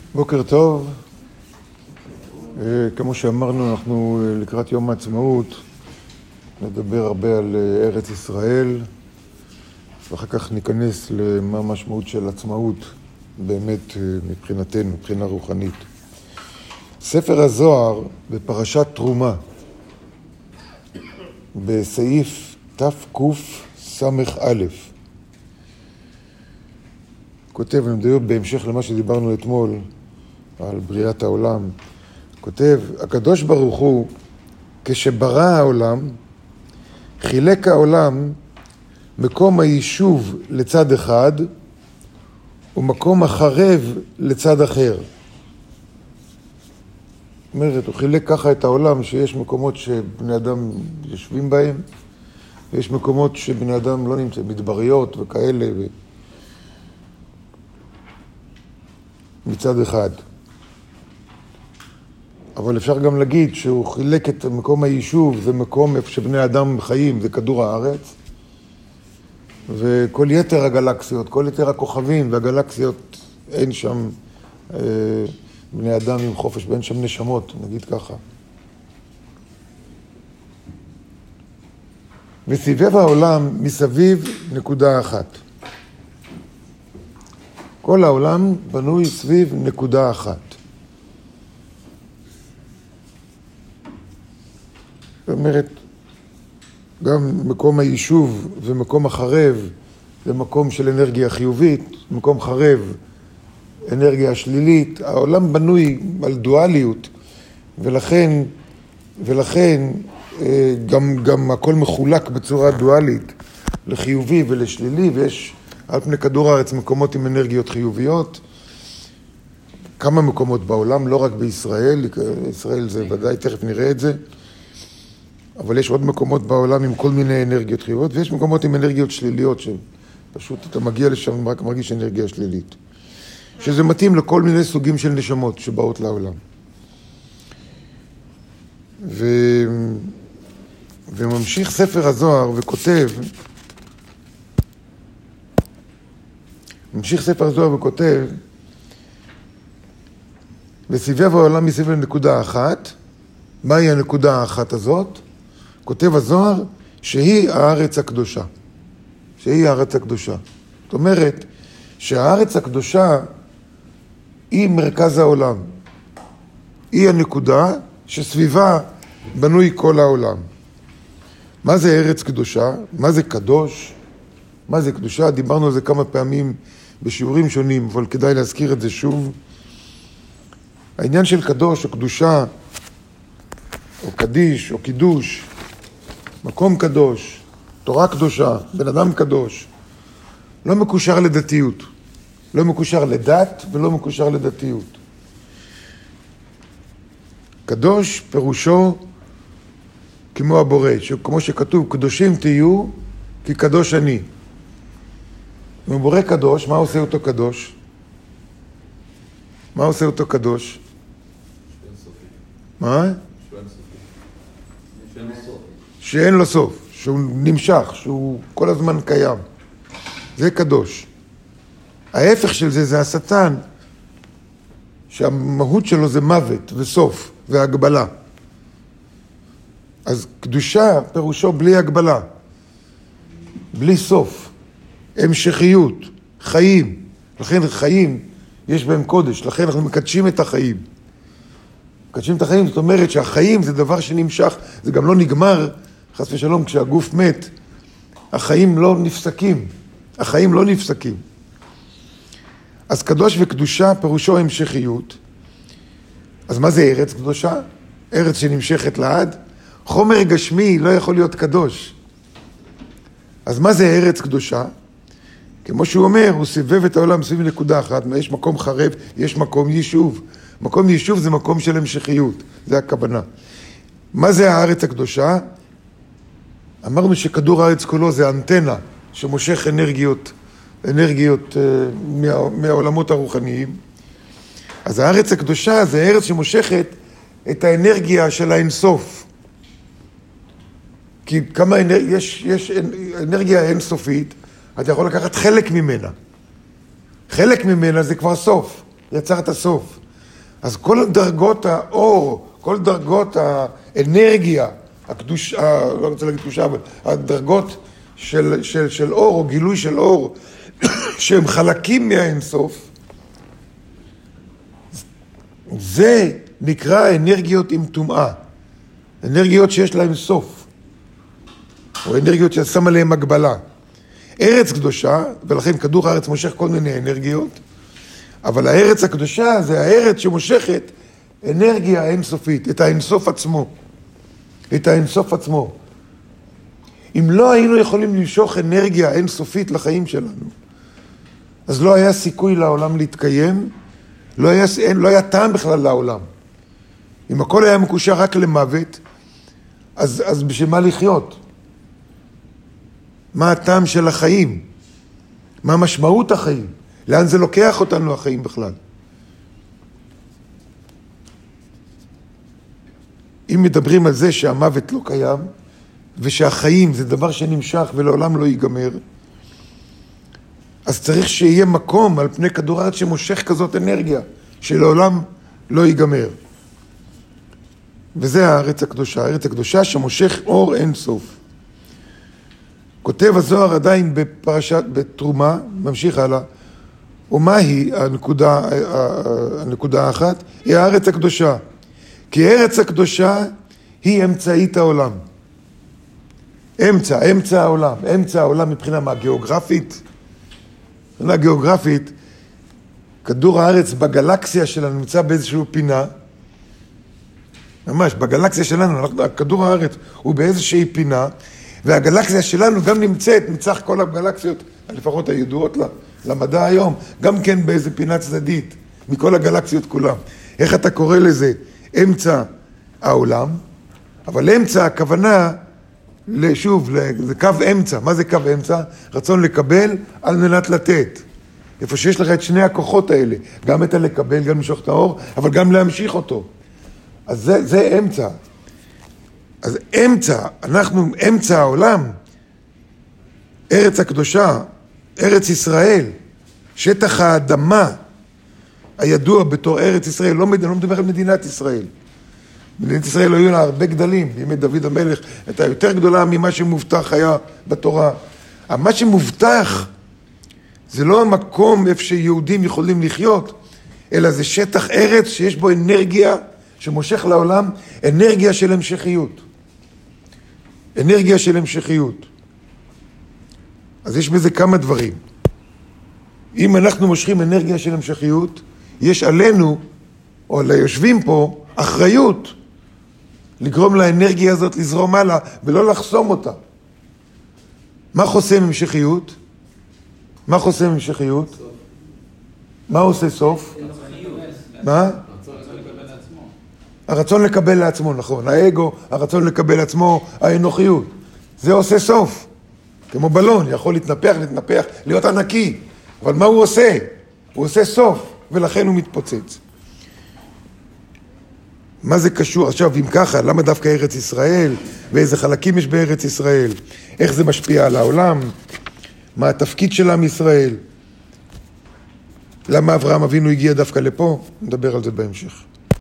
בוקר טוב. כמו שאמרנו, אנחנו לקראת יום העצמאות נדבר הרבה על ארץ ישראל, ואחר כך ניכנס למה המשמעות של עצמאות באמת מבחינתנו, מבחינה רוחנית. ספר הזוהר בפרשת תרומה, בסעיף תקס"א, כותב, אני מדבר בהמשך למה שדיברנו אתמול על בריאת העולם, כותב, הקדוש ברוך הוא, כשברא העולם, חילק העולם מקום היישוב לצד אחד ומקום החרב לצד אחר. זאת אומרת, הוא חילק ככה את העולם שיש מקומות שבני אדם יושבים בהם, ויש מקומות שבני אדם לא נמצאים, מדבריות וכאלה, מצד אחד. אבל אפשר גם להגיד שהוא חילק את מקום היישוב, זה מקום איפה שבני אדם חיים, זה כדור הארץ, וכל יתר הגלקסיות, כל יתר הכוכבים והגלקסיות, אין שם בני אדם עם חופש, ואין שם נשמות, נגיד ככה. וסביב העולם מסביב נקודה אחת. כל העולם בנוי סביב נקודה אחת. זאת אומרת, גם מקום היישוב ומקום החרב זה מקום של אנרגיה חיובית, מקום חרב, אנרגיה שלילית. העולם בנוי על דואליות, ולכן גם הכל מחולק בצורה דואלית לחיובי ולשלילי, ויש על פני כדור הארץ מקומות עם אנרגיות חיוביות, כמה מקומות בעולם, לא רק בישראל, ישראל זה ודאי, תכף נראה את זה, אבל יש עוד מקומות בעולם עם כל מיני אנרגיות חיוביות, ויש מקומות עם אנרגיות שליליות, שפשוט אתה מגיע לשם רק מרגיש אנרגיה שלילית, שזה מתאים לכל מיני סוגים של נשמות שבאות לעולם. וממשיך ספר הזוהר וכותב, וסביב העולם מסביב לנקודה אחת. מהי הנקודה האחת הזאת? כותב הזוהר שהיא הארץ הקדושה. זאת אומרת שהארץ הקדושה היא מרכז העולם. היא הנקודה שסביבה בנוי כל העולם. מה זה ארץ קדושה? מה זה קדוש? מה זה קדושה? דיברנו על זה כמה פעמים בשיעורים שונים, אבל כדאי להזכיר את זה שוב. העניין של קדוש או קדושה, או קדיש או קידוש, מקום קדוש, תורה קדושה, בן אדם קדוש, לא מקושר לדתיות. לא מקושר לדת ולא מקושר לדתיות. קדוש פירושו כמו הבורא, כמו שכתוב, קדושים תהיו כי קדוש אני. אם בורא קדוש, מה עושה אותו קדוש? מה עושה אותו קדוש? מה? שאין לו סוף, שהוא נמשך, שהוא כל הזמן קיים. זה קדוש. ההפך של זה זה השטן, שהמהות שלו זה מוות וסוף והגבלה. אז קדושה פירושו בלי הגבלה, בלי סוף, המשכיות, חיים. לכן חיים יש בהם קודש, לכן אנחנו מקדשים את החיים. מקדשים את החיים, זאת אומרת שהחיים זה דבר שנמשך, זה גם לא נגמר, חס ושלום, כשהגוף מת, החיים לא נפסקים. אז קדוש וקדושה פירושו המשכיות. אז מה זה ארץ קדושה? ארץ שנמשכת לעד? חומר גשמי לא יכול להיות קדוש. אז מה זה ארץ קדושה? כמו שהוא אומר, הוא סיבב את העולם סביב נקודה אחת, יש מקום חרב, יש מקום יישוב. מקום יישוב זה מקום של המשכיות, זה הכוונה. מה זה הארץ הקדושה? אמרנו שכדור הארץ כולו זה אנטנה שמושך אנרגיות מהעולמות הרוחניים. אז הארץ הקדושה זה ארץ שמושכת את האנרגיה של האינסוף. כי יש אנרגיה אינסופית, אתה יכול לקחת חלק ממנה. חלק ממנה זה כבר סוף. יצר את הסוף. אז כל דרגות האור, כל דרגות האנרגיה, לא רוצה להגיד קדושה, אבל הדרגות של אור או גילוי של אור, שהם חלקים מהאינסוף, זה נקרא אנרגיות עם טומאה. אנרגיות שיש להם סוף, או אנרגיות ששם עליהם הגבלה. ארץ קדושה, ולכן כדור הארץ מושך כל מיני אנרגיות, אבל הארץ הקדושה זה הארץ שמושכת אנרגיה אינסופית, את האינסוף עצמו. את האינסוף עצמו. אם לא היינו יכולים למשוך אנרגיה אינסופית לחיים שלנו, אז לא היה סיכוי לעולם להתקיים, לא היה טעם בכלל לעולם. אם הכל היה מקושר רק למוות, אז בשביל מה לחיות? מה הטעם של החיים? מה משמעות החיים? לאן זה לוקח אותנו החיים בכלל? אם מדברים על זה שהמוות לא קיים, ושהחיים זה דבר שנמשך ולעולם לא ייגמר, אז צריך שיהיה מקום על פני כדור הארץ שמושך כזאת אנרגיה, שלעולם לא ייגמר. וזה הארץ הקדושה, הארץ הקדושה שמושך אור אין סוף. כותב הזוהר עדיין בתרומה, ממשיך הלאה, ומהי הנקודה האחת? היא הארץ הקדושה. כי הארץ הקדושה היא אמצעית העולם. אמצע העולם. אמצע העולם מבחינה מה? גיאוגרפית? מבחינה גיאוגרפית, כדור הארץ בגלקסיה שלנו נמצא באיזושהי פינה, ממש, בגלקסיה שלנו, כדור הארץ הוא באיזושהי פינה, והגלקסיה שלנו גם נמצאת מצח כל הגלקסיות, לפחות הידועות למדע היום, גם כן באיזו פינה צדדית, מכל הגלקסיות כולם. איך אתה קורא לזה? אמצע העולם, אבל אמצע הכוונה, שוב, זה קו אמצע. מה זה קו אמצע? רצון לקבל על מנת לתת. איפה שיש לך את שני הכוחות האלה, גם את הלקבל, גם למשוך את האור, אבל גם להמשיך אותו. אז זה אמצע. אז אנחנו אמצע העולם, ארץ הקדושה, ארץ ישראל, שטח האדמה הידוע בתור ארץ ישראל, לא מדבר על מדינת ישראל. מדינת ישראל היו לה הרבה גדלים, בימי דוד המלך הייתה יותר גדולה ממה שמובטח היה בתורה. מה שמובטח זה לא המקום איפה שיהודים יכולים לחיות, אלא זה שטח ארץ שיש בו אנרגיה שמושך לעולם, אנרגיה של המשכיות. אנרגיה של המשכיות. אז יש בזה כמה דברים. אם אנחנו מושכים אנרגיה של המשכיות, יש עלינו, או ליושבים פה, אחריות לגרום לאנרגיה הזאת לזרום הלאה, ולא לחסום אותה. מה חוסם המשכיות? מה חוסם המשכיות? סוף. מה עושה סוף? מה? הרצון לקבל לעצמו, נכון. האגו, הרצון לקבל לעצמו, האנוכיות. זה עושה סוף. כמו בלון, יכול להתנפח, להיות ענקי. אבל מה הוא עושה? הוא עושה סוף, ולכן הוא מתפוצץ. מה זה קשור? עכשיו, אם ככה, למה דווקא ארץ ישראל? ואיזה חלקים יש בארץ ישראל? איך זה משפיע על העולם? מה התפקיד של עם ישראל? למה אברהם אבינו הגיע דווקא לפה? נדבר על זה בהמשך.